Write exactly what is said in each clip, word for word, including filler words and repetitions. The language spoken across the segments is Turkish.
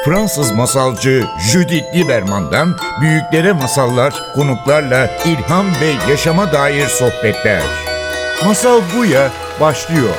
Fransız masalcı Judith Lieberman'dan büyüklere masallar, konuklarla ilham ve yaşama dair sohbetler. Masal Buya başlıyor.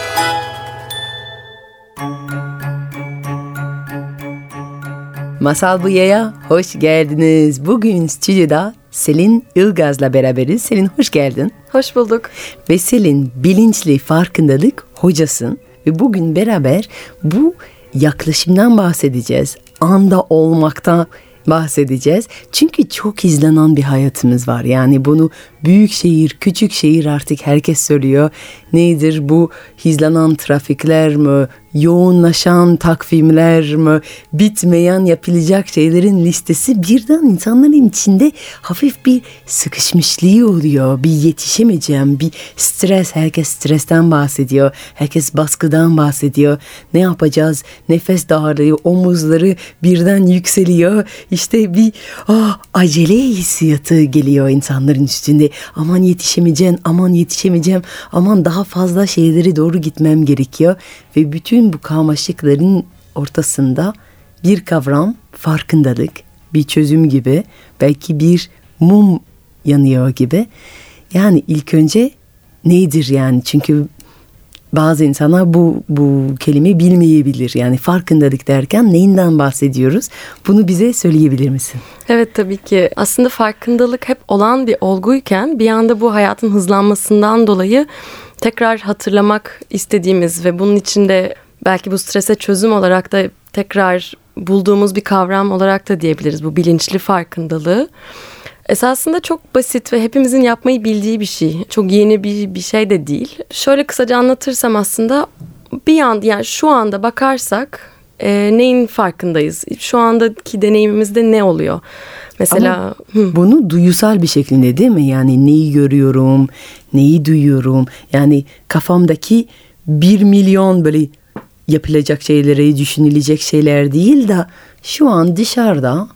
Masal Buya'ya hoş geldiniz. Bugün stüdyoda Selin Ilgaz'la beraberiz. Selin hoş geldin. Hoş bulduk. Ve Selin bilinçli farkındalık hocasın. Ve bugün beraber bu yaklaşımdan bahsedeceğiz. Anda olmaktan bahsedeceğiz. Çünkü çok izlenen bir hayatımız var. Yani bunu büyük şehir, küçük şehir artık herkes söylüyor. Nedir bu hızlanan trafikler mi, yoğunlaşan takvimler mi, bitmeyen yapılacak şeylerin listesi birden insanların içinde hafif bir sıkışmışlığı oluyor. Bir yetişemeyeceğim, bir stres, herkes stresten bahsediyor. Herkes baskıdan bahsediyor. Ne yapacağız? Nefes darlığı, omuzları birden yükseliyor. İşte bir ah, acele hissiyatı geliyor insanların üstünde. Aman yetişemeyeceğim, aman yetişemeyeceğim, aman daha fazla şeylere doğru gitmem gerekiyor. Ve bütün bu karmaşıkların ortasında bir kavram, farkındalık, bir çözüm gibi, belki bir mum yanıyor gibi. Yani ilk önce nedir yani? Çünkü bazı insanlar bu, bu kelimeyi bilmeyebilir. Yani farkındalık derken neyinden bahsediyoruz? Bunu bize söyleyebilir misin? Evet, tabii ki. Aslında farkındalık hep olan bir olguyken bir anda bu hayatın hızlanmasından dolayı tekrar hatırlamak istediğimiz ve bunun içinde belki bu strese çözüm olarak da tekrar bulduğumuz bir kavram olarak da diyebiliriz bu bilinçli farkındalığı. Esasında çok basit ve hepimizin yapmayı bildiği bir şey. Çok yeni bir, bir şey de değil. Şöyle kısaca anlatırsam aslında bir anda, yani şu anda bakarsak e, neyin farkındayız? Şu andaki deneyimimizde ne oluyor? Mesela hı. Bunu duyusal bir şekilde değil mi? Yani neyi görüyorum, neyi duyuyorum? Yani kafamdaki bir milyon böyle yapılacak şeyleri, düşünülecek şeyler değil de şu an dışarıda,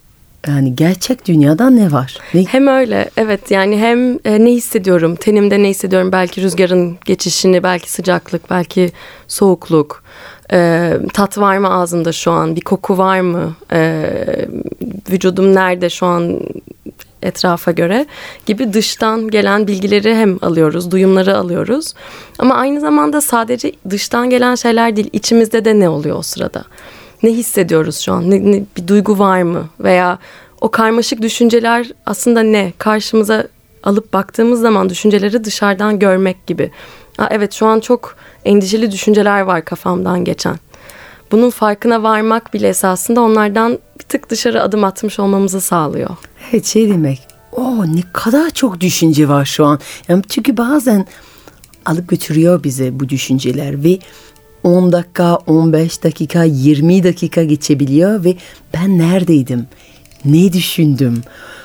yani gerçek dünyada ne var? Ne? Hem öyle, evet, yani hem e, ne hissediyorum, tenimde ne hissediyorum, belki rüzgarın geçişini, belki sıcaklık, belki soğukluk, e, tat var mı ağzımda şu an, bir koku var mı, e, vücudum nerede şu an etrafa göre gibi dıştan gelen bilgileri hem alıyoruz, duyumları alıyoruz. Ama aynı zamanda sadece dıştan gelen şeyler değil, içimizde de ne oluyor o sırada? Ne hissediyoruz şu an? Ne, ne, bir duygu var mı? Veya o karmaşık düşünceler aslında ne? Karşımıza alıp baktığımız zaman düşünceleri dışarıdan görmek gibi. Aa, evet, şu an çok endişeli düşünceler var kafamdan geçen. Bunun farkına varmak bile esasında onlardan bir tık dışarı adım atmış olmamızı sağlıyor. Evet, şey demek. O ne kadar çok düşünce var şu an. Yani çünkü bazen alıp götürüyor bize bu düşünceler ve on dakika, on beş dakika, yirmi dakika geçebiliyor ve ben neredeydim? Ne düşündüm?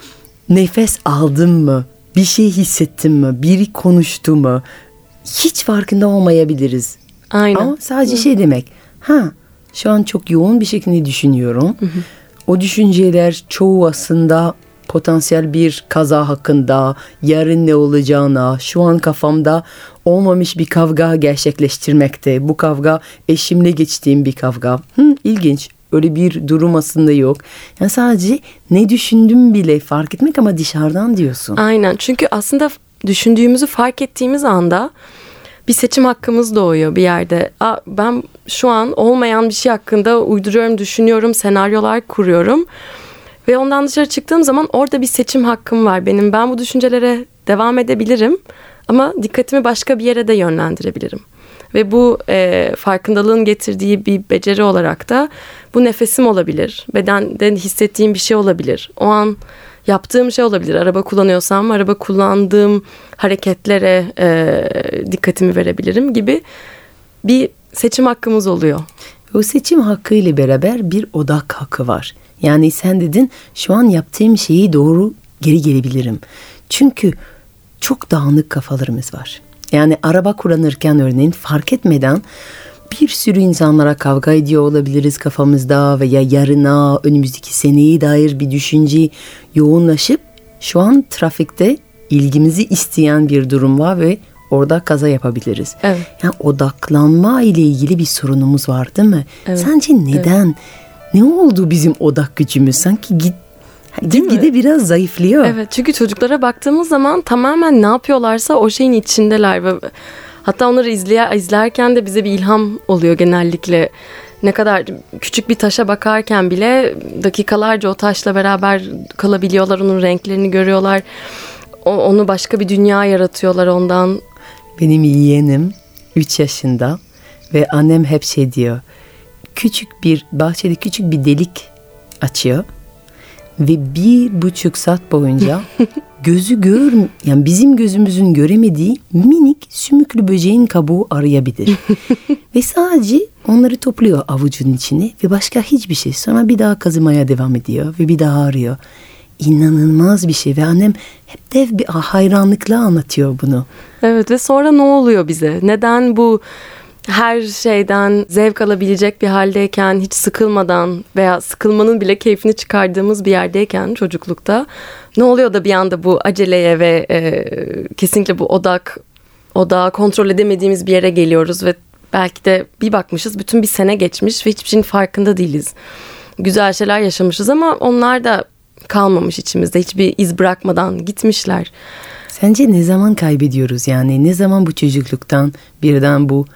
Nefes aldım mı? Bir şey hissettim mi? Biri konuştu mu? Hiç farkında olmayabiliriz. Aynen. Ama sadece Hı. şey demek. Ha, şu an çok yoğun bir şekilde düşünüyorum. Hı hı. O düşünceler çoğu aslında potansiyel bir kaza hakkında, yarın ne olacağına, şu an kafamda olmamış bir kavga gerçekleştirmekte. Bu kavga eşimle geçtiğim bir kavga. Hı, ilginç. Öyle bir durum aslında yok. Yani sadece ne düşündüm bile fark etmek ama dışarıdan diyorsun. Aynen. Çünkü aslında düşündüğümüzü fark ettiğimiz anda bir seçim hakkımız doğuyor bir yerde. Aa, ben şu an olmayan bir şey hakkında uyduruyorum, düşünüyorum, senaryolar kuruyorum. Ve ondan dışarı çıktığım zaman orada bir seçim hakkım var benim. Ben bu düşüncelere devam edebilirim ama dikkatimi başka bir yere de yönlendirebilirim. Ve bu e, farkındalığın getirdiği bir beceri olarak da bu nefesim olabilir. Bedenden hissettiğim bir şey olabilir. O an yaptığım şey olabilir. Araba kullanıyorsam araba kullandığım hareketlere e, dikkatimi verebilirim gibi bir seçim hakkımız oluyor. O seçim hakkı ile beraber bir odak hakkı var. Yani sen dedin şu an yaptığım şeyi doğru geri gelebilirim. Çünkü çok dağınık kafalarımız var. Yani araba kullanırken örneğin fark etmeden bir sürü insanlara kavga ediyor olabiliriz kafamızda veya yarına, önümüzdeki seneye dair bir düşünce yoğunlaşıp şu an trafikte ilgimizi isteyen bir durum var ve orada kaza yapabiliriz. Evet. Yani odaklanma ile ilgili bir sorunumuz var değil mi? Evet. Sence neden? Evet. ne oldu bizim odak gücümüz? Sanki git Değil mi? gide biraz zayıflıyor. Evet, çünkü çocuklara baktığımız zaman tamamen ne yapıyorlarsa o şeyin içindeler ve hatta onları izleye, izlerken de bize bir ilham oluyor genellikle. Ne kadar küçük bir taşa bakarken bile dakikalarca o taşla beraber kalabiliyorlar, onun renklerini görüyorlar. O, onu başka bir dünya yaratıyorlar ondan. Benim yeğenim üç yaşında ve annem hep şey diyor. Küçük bir bahçede küçük bir delik açıyor ve bir buçuk saat boyunca gözü gör, yani bizim gözümüzün göremediği minik sümüklü böceğin kabuğu arayabilir. Ve sadece onları topluyor avucun içine ve başka hiçbir şey. Sonra bir daha kazımaya devam ediyor ve bir daha arıyor. İnanılmaz bir şey ve annem hep dev bir hayranlıkla anlatıyor bunu. Evet, ve sonra ne oluyor bize? Neden bu her şeyden zevk alabilecek bir haldeyken, hiç sıkılmadan veya sıkılmanın bile keyfini çıkardığımız bir yerdeyken çocuklukta ne oluyor da bir anda bu aceleye ve e, kesinlikle bu odak odağı kontrol edemediğimiz bir yere geliyoruz ve belki de bir bakmışız bütün bir sene geçmiş ve hiçbir şeyin farkında değiliz. Güzel şeyler yaşamışız ama onlar da kalmamış içimizde, hiçbir iz bırakmadan gitmişler. Sence ne zaman kaybediyoruz yani? Ne zaman bu çocukluktan birden bu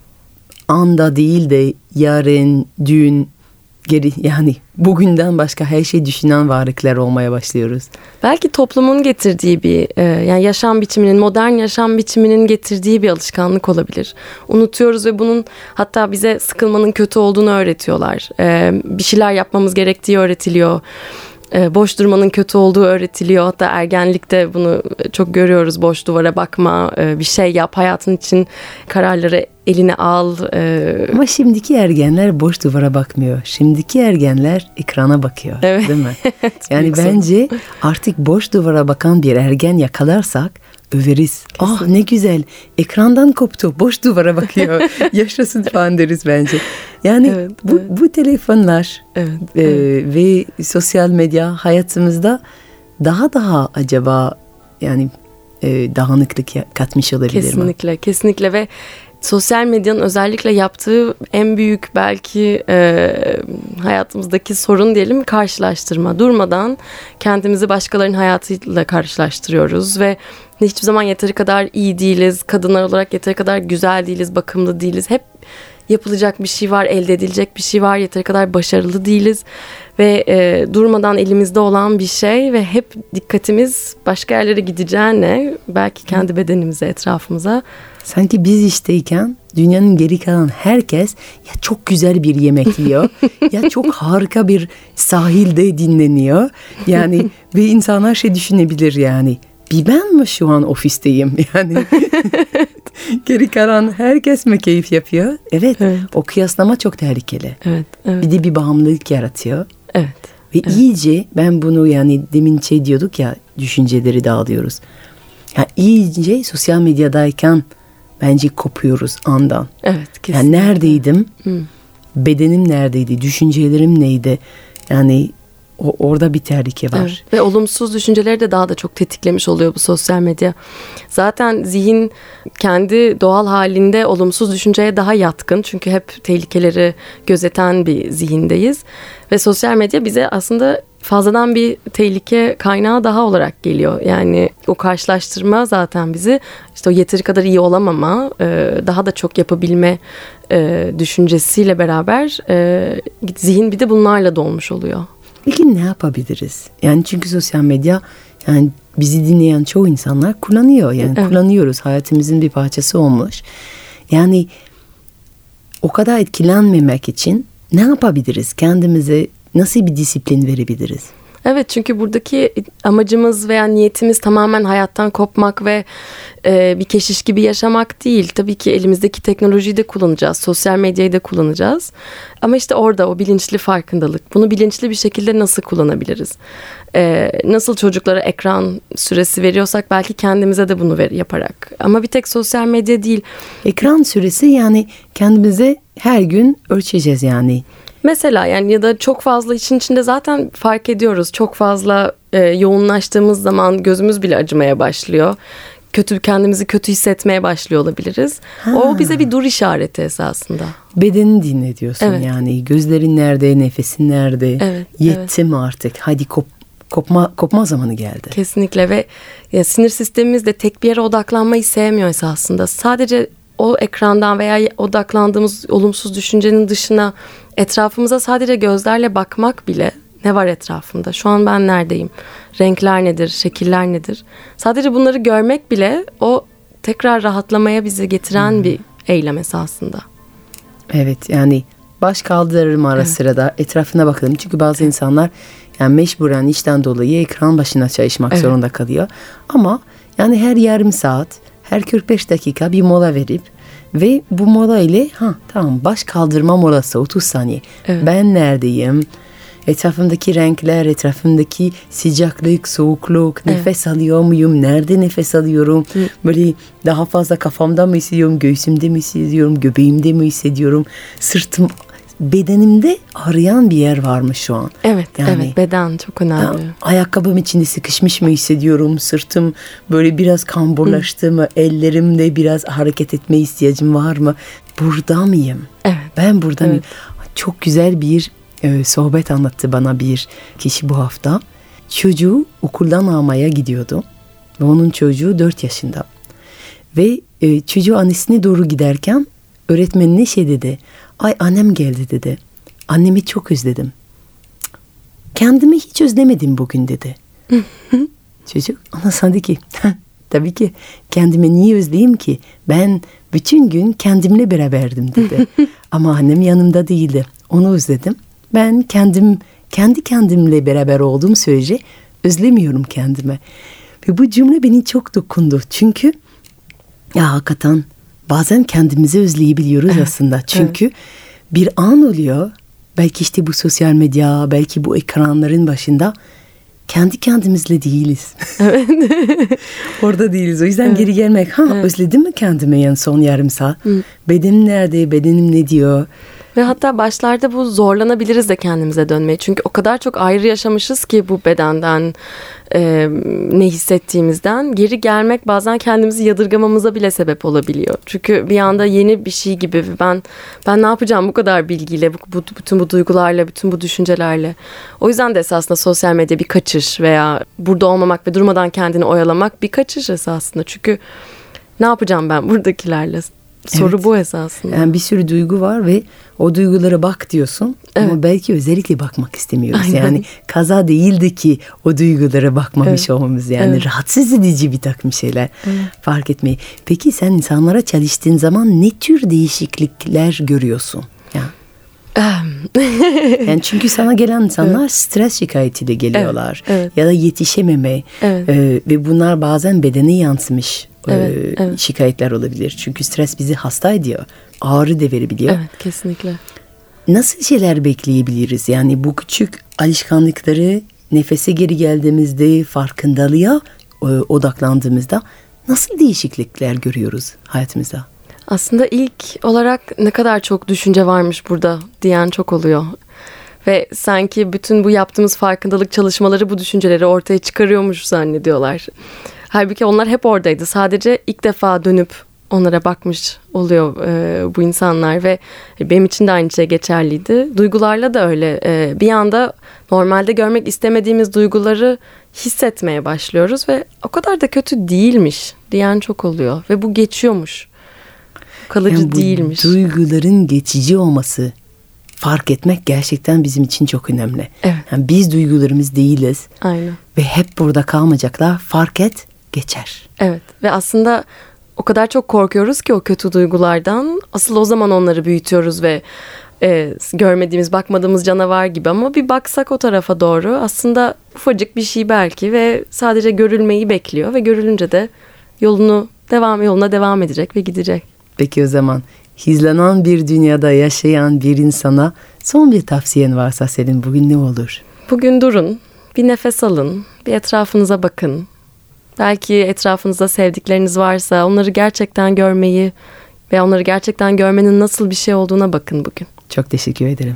anda değil de yarın, dün, geri, yani bugünden başka her şey düşünen varlıklar olmaya başlıyoruz. Belki toplumun getirdiği bir e, yani yaşam biçiminin, modern yaşam biçiminin getirdiği bir alışkanlık olabilir. Unutuyoruz ve bunun hatta bize sıkılmanın kötü olduğunu öğretiyorlar. E, bir şeyler yapmamız gerektiği öğretiliyor. E, boş durmanın kötü olduğu öğretiliyor. Hatta ergenlikte bunu çok görüyoruz. Boş duvara bakma, e, bir şey yap, hayatın için kararları eline al. E... Ama şimdiki ergenler boş duvara bakmıyor. Şimdiki ergenler ekrana bakıyor. Evet. Değil mi? Yani bence artık boş duvara bakan bir ergen yakalarsak överiz. Ah ne güzel. Ekrandan koptu. Boş duvara bakıyor. Yaşasın falan deriz bence. Yani evet, bu, evet. bu telefonlar evet, e, evet. ve sosyal medya hayatımızda daha daha acaba yani e, dağınıklık katmış olabilir mi? Kesinlikle, kesinlikle ve sosyal medyanın özellikle yaptığı en büyük belki e, hayatımızdaki sorun diyelim karşılaştırma. Durmadan kendimizi başkalarının hayatıyla karşılaştırıyoruz ve hiçbir zaman yeteri kadar iyi değiliz. Kadınlar olarak yeteri kadar güzel değiliz, bakımlı değiliz. Hep yapılacak bir şey var, elde edilecek bir şey var. Yeteri kadar başarılı değiliz ve e, durmadan elimizde olan bir şey ve hep dikkatimiz başka yerlere gideceğine, belki kendi bedenimize, etrafımıza. Sanki biz işteyken dünyanın geri kalan herkes ya çok güzel bir yemek yiyor ya çok harika bir sahilde dinleniyor. Yani ve insanlar şey düşünebilir yani. Bir ben mi şu an ofisteyim yani? Geri kalan herkes mi keyif yapıyor? Evet, evet. O kıyaslama çok tehlikeli. Evet, evet. Bir de bir bağımlılık yaratıyor. Evet. Ve evet. iyice ben bunu yani demin şey diyorduk ya düşünceleri dağılıyoruz. Ya iyice sosyal medyadayken bence kopuyoruz andan. Evet, kesinlikle. Yani neredeydim? Hı. Bedenim neredeydi? Düşüncelerim neydi? Yani o, orada bir tehlike var. Evet. Ve olumsuz düşünceleri de daha da çok tetiklemiş oluyor bu sosyal medya. Zaten zihin kendi doğal halinde olumsuz düşünceye daha yatkın. Çünkü hep tehlikeleri gözeten bir zihindeyiz. Ve sosyal medya bize aslında fazladan bir tehlike kaynağı daha olarak geliyor. Yani o karşılaştırma zaten bizi işte o yeteri kadar iyi olamama, daha da çok yapabilme düşüncesiyle beraber zihin bir de bunlarla dolmuş oluyor. Peki ne yapabiliriz? Yani çünkü sosyal medya yani bizi dinleyen çoğu insanlar kullanıyor. Yani evet. Kullanıyoruz. Hayatımızın bir parçası olmuş. Yani o kadar etkilenmemek için ne yapabiliriz? Kendimize nasıl bir disiplin verebiliriz? Evet, çünkü buradaki amacımız veya niyetimiz tamamen hayattan kopmak ve e, bir keşiş gibi yaşamak değil. Tabii ki elimizdeki teknolojiyi de kullanacağız, sosyal medyayı da kullanacağız. Ama işte orada o bilinçli farkındalık. Bunu bilinçli bir şekilde nasıl kullanabiliriz? E, nasıl çocuklara ekran süresi veriyorsak belki kendimize de bunu ver, yaparak. Ama bir tek sosyal medya değil. Ekran süresi yani kendimize her gün ölçeceğiz yani. Mesela yani ya da çok fazla işin içinde zaten fark ediyoruz. Çok fazla e, yoğunlaştığımız zaman gözümüz bile acımaya başlıyor. kötü kendimizi kötü hissetmeye başlıyor olabiliriz. Ha. O bize bir dur işareti esasında. Bedenini dinle diyorsun Evet. yani. Gözlerin nerede, nefesin nerede? Evet, Yetti mi artık? Hadi kop, kopma, kopma zamanı geldi. Kesinlikle ve ya, sinir sistemimiz de tek bir yere odaklanmayı sevmiyor esasında. Sadece o ekrandan veya odaklandığımız olumsuz düşüncenin dışına etrafımıza sadece gözlerle bakmak bile, ne var etrafımda? Şu an ben neredeyim? Renkler nedir? Şekiller nedir? Sadece bunları görmek bile o tekrar rahatlamaya bizi getiren hmm. bir eylem esasında. Evet, yani baş kaldırırım ara evet. sırada etrafına bakalım. Çünkü bazı evet. insanlar yani mecburen işten dolayı ekran başına çalışmak evet. zorunda kalıyor. Ama yani her yarım saat, her kırk beş dakika bir mola verip ve bu mola ile ha tamam baş kaldırma molası otuz saniye. Evet. Ben neredeyim? Etrafımdaki renkler, etrafımdaki sıcaklık, soğukluk, evet. nefes alıyor muyum? Nerede nefes alıyorum? Hı. Böyle daha fazla kafamda mı hissediyorum? Göğsümde mi hissediyorum? Göbeğimde mi hissediyorum? Sırtım, bedenimde arayan bir yer var mı şu an? Evet, yani, evet. Beden çok önemli. Ayakkabım içinde sıkışmış mı hissediyorum? Sırtım böyle biraz kamburlaştı mı? Ellerimde biraz hareket etme ihtiyacım var mı? Burada mıyım? Evet. Ben burada evet. mıyım? Çok güzel bir e, sohbet anlattı bana bir kişi bu hafta. Çocuğu okuldan almaya gidiyordu. Ve onun çocuğu dört yaşında. Ve e, çocuğu annesine doğru giderken öğretmenine şey dedi. Ay annem geldi dedi. Annemi çok özledim. Kendimi hiç özlemedim bugün dedi. Çocuk ona sandı ki tabii ki kendimi niye özleyeyim ki? Ben bütün gün kendimle beraberdim dedi. Ama annem yanımda değildi. Onu özledim. Ben kendim kendi kendimle beraber olduğum sürece özlemiyorum kendime. Ve bu cümle beni çok dokundu. Çünkü ya hakikaten bazen kendimizi özleyebiliyoruz evet, aslında. Çünkü evet. bir an oluyor. Belki işte bu sosyal medya, belki bu ekranların başında kendi kendimizle değiliz. Evet. Orada değiliz. O yüzden evet. geri gelmek. Ha evet. özledim mi kendimi en son yarım saat? Hı. Bedenim nerede? Bedenim ne diyor? Ve hatta başlarda bu zorlanabiliriz de kendimize dönmeye. Çünkü o kadar çok ayrı yaşamışız ki bu bedenden, e, ne hissettiğimizden. Geri gelmek bazen kendimizi yadırgamamıza bile sebep olabiliyor. Çünkü bir anda yeni bir şey gibi ben ben ne yapacağım bu kadar bilgiyle, bu, bu, bütün bu duygularla, bütün bu düşüncelerle. O yüzden de esasında sosyal medya bir kaçış veya burada olmamak ve durmadan kendini oyalamak bir kaçış esasında. Çünkü ne yapacağım ben buradakilerle? Soru evet. bu esasında. Yani bir sürü duygu var ve o duygulara bak diyorsun evet. ama belki özellikle bakmak istemiyoruz. Aynen. Yani kaza değildi ki o duygulara bakmamış evet. olmamız. Yani evet. rahatsız edici bir takım şeyler evet. fark etmeyi. Peki sen insanlara çalıştığın zaman ne tür değişiklikler görüyorsun? Yani. yani çünkü sana gelen insanlar evet. stres şikayetiyle geliyorlar. Evet. Evet. Ya da yetişememe evet. e, ve bunlar bazen bedene yansımış. Evet, ee, evet. şikayetler olabilir. Çünkü stres bizi hasta ediyor. Ağrı da verebiliyor. Evet, kesinlikle. Nasıl şeyler bekleyebiliriz? Yani bu küçük alışkanlıkları nefese geri geldiğimizde, farkındalığa e, odaklandığımızda nasıl değişiklikler görüyoruz hayatımızda? Aslında ilk olarak ne kadar çok düşünce varmış burada diyen çok oluyor. Ve sanki bütün bu yaptığımız farkındalık çalışmaları bu düşünceleri ortaya çıkarıyormuş zannediyorlar. Halbuki onlar hep oradaydı. Sadece ilk defa dönüp onlara bakmış oluyor e, bu insanlar ve benim için de aynı şey geçerliydi. Duygularla da öyle. E, bir anda normalde görmek istemediğimiz duyguları hissetmeye başlıyoruz ve o kadar da kötü değilmiş diyen çok oluyor ve bu geçiyormuş. Kalıcı yani bu değilmiş. Duyguların geçici olması, fark etmek gerçekten bizim için çok önemli. Evet. Yani biz duygularımız değiliz. Aynen. Ve hep burada kalmayacaklar. Fark et, geçer. Evet ve aslında o kadar çok korkuyoruz ki o kötü duygulardan. Asıl o zaman onları büyütüyoruz ve e, görmediğimiz, bakmadığımız canavar gibi. Ama bir baksak o tarafa doğru aslında ufacık bir şey belki ve sadece görülmeyi bekliyor ve görülünce de yolunu devam yoluna devam edecek ve gidecek. Peki o zaman hizlanan bir dünyada yaşayan bir insana son bir tavsiyen varsa senin bugün ne olur? Bugün durun, bir nefes alın, bir etrafınıza bakın. Belki etrafınızda sevdikleriniz varsa onları gerçekten görmeyi ve onları gerçekten görmenin nasıl bir şey olduğuna bakın bugün. Çok teşekkür ederim.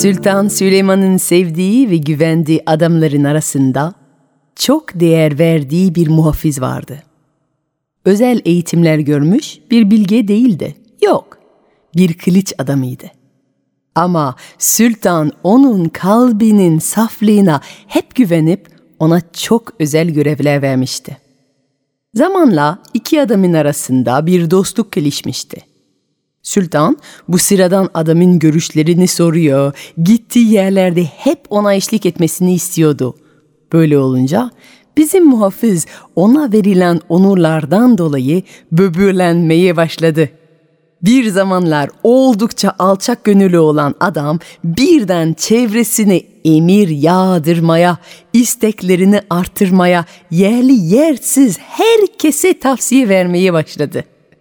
Sultan Süleyman'ın sevdiği ve güvendiği adamların arasında çok değer verdiği bir muhafız vardı. Özel eğitimler görmüş bir bilge değildi. Yok, bir kılıç adamıydı. Ama Sultan onun kalbinin saflığına hep güvenip ona çok özel görevler vermişti. Zamanla iki adamın arasında bir dostluk gelişmişti. Sultan bu sıradan adamın görüşlerini soruyor, gittiği yerlerde hep ona eşlik etmesini istiyordu. Böyle olunca bizim muhafız ona verilen onurlardan dolayı böbürlenmeye başladı. Bir zamanlar oldukça alçak gönüllü olan adam birden çevresine emir yağdırmaya, isteklerini artırmaya, yerli yersiz herkese tavsiye vermeye başladı.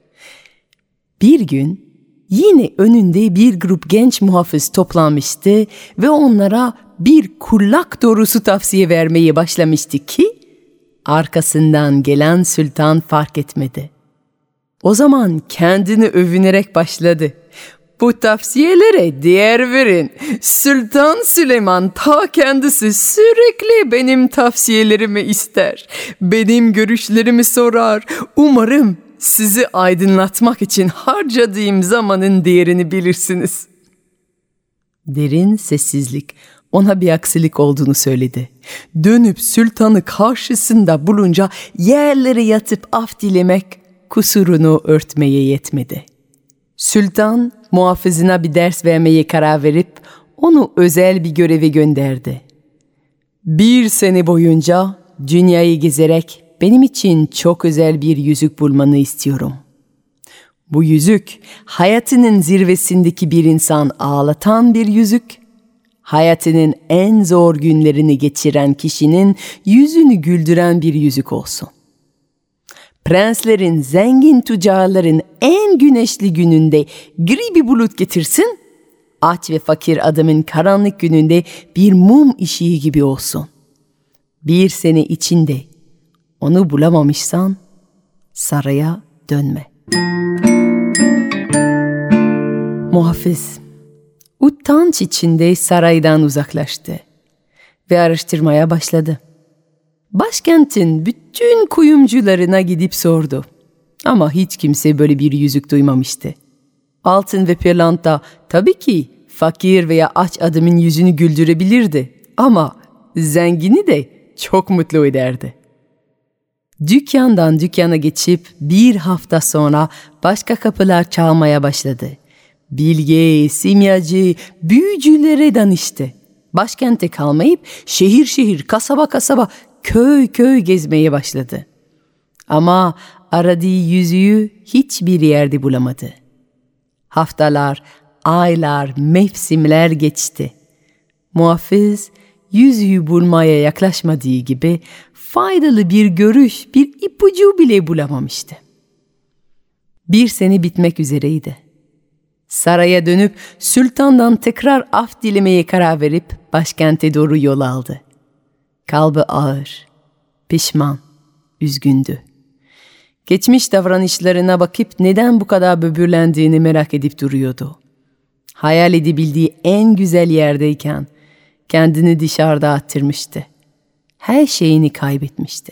Bir gün yine önünde bir grup genç muhafız toplanmıştı ve onlara bir kulak doğrusu tavsiye vermeye başlamıştı ki arkasından gelen sultan fark etmedi. O zaman kendini övünerek başladı. Bu tavsiyelere değer verin. Sultan Süleyman ta kendisi sürekli benim tavsiyelerimi ister. Benim görüşlerimi sorar. Umarım sizi aydınlatmak için harcadığım zamanın değerini bilirsiniz. Derin sessizlik ona bir aksilik olduğunu söyledi. Dönüp sultanı karşısında bulunca yerlere yatıp af dilemek kusurunu örtmeye yetmedi. Sultan muhafızına bir ders vermeye karar verip onu özel bir göreve gönderdi. Bir sene boyunca dünyayı gezerek benim için çok özel bir yüzük bulmanı istiyorum. Bu yüzük hayatının zirvesindeki bir insan ağlatan bir yüzük, hayatının en zor günlerini geçiren kişinin yüzünü güldüren bir yüzük olsun. Prenslerin, zengin tüccarların en güneşli gününde gri bir bulut getirsin, aç ve fakir adamın karanlık gününde bir mum ışığı gibi olsun. Bir sene içinde onu bulamamışsan saraya dönme. Muhafız utanç içinde saraydan uzaklaştı ve araştırmaya başladı. Başkentin bütün kuyumcularına gidip sordu. Ama hiç kimse böyle bir yüzük duymamıştı. Altın ve pırlanta tabii ki fakir veya aç adamın yüzünü güldürebilirdi. Ama zengini de çok mutlu ederdi. Dükkandan dükkana geçip bir hafta sonra başka kapılar çalmaya başladı. Bilge, simyacı, büyücülere danıştı. Başkente kalmayıp şehir şehir, kasaba kasaba, köy köy gezmeye başladı. Ama aradığı yüzüğü hiçbir yerde bulamadı. Haftalar, aylar, mevsimler geçti. Muhafız yüzüğü bulmaya yaklaşmadığı gibi faydalı bir görüş, bir ipucu bile bulamamıştı. Bir sene bitmek üzereydi. Saraya dönüp sultandan tekrar af dilemeye karar verip başkente doğru yol aldı. Kalbi ağır, pişman, üzgündü. Geçmiş davranışlarına bakıp neden bu kadar böbürlendiğini merak edip duruyordu. Hayal edebildiği en güzel yerdeyken kendini dışarıda attırmıştı. Her şeyini kaybetmişti.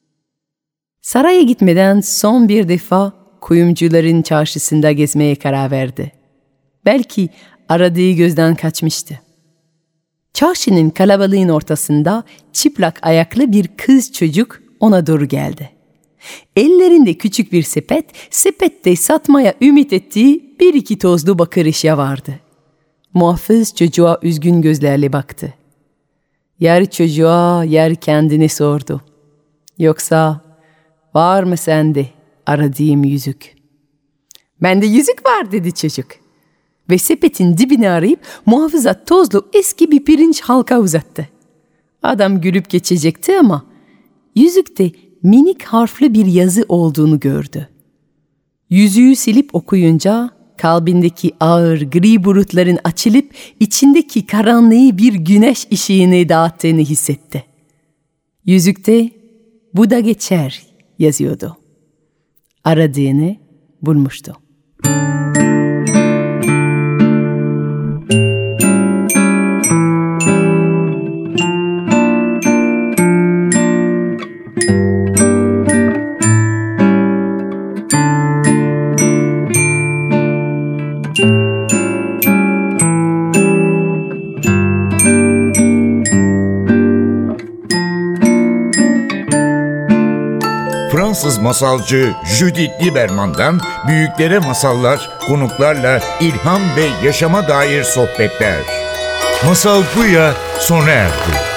Saraya gitmeden son bir defa kuyumcuların çarşısında gezmeye karar verdi. Belki aradığı gözden kaçmıştı. Çarşının kalabalığın ortasında çıplak ayaklı bir kız çocuk ona doğru geldi. Ellerinde küçük bir sepet, sepette satmaya ümit ettiği bir iki tozlu bakır eşya vardı. Muhafız çocuğa üzgün gözlerle baktı. Yer çocuğa, yer kendine sordu. Yoksa var mı sende aradığım yüzük? Bende yüzük var dedi çocuk. Ve sepetin dibini arayıp muhafıza tozlu eski bir pirinç halka uzattı. Adam gülüp geçecekti ama yüzükte minik harfli bir yazı olduğunu gördü. Yüzüğü silip okuyunca kalbindeki ağır gri bulutların açılıp içindeki karanlığı bir güneş ışığını dağıttığını hissetti. Yüzükte "Bu da geçer" yazıyordu. Aradığını bulmuştu. masalcı Judith Lieberman'dan büyüklere masallar, konuklarla ilham ve yaşama dair sohbetler. Masal Buya sona erdi.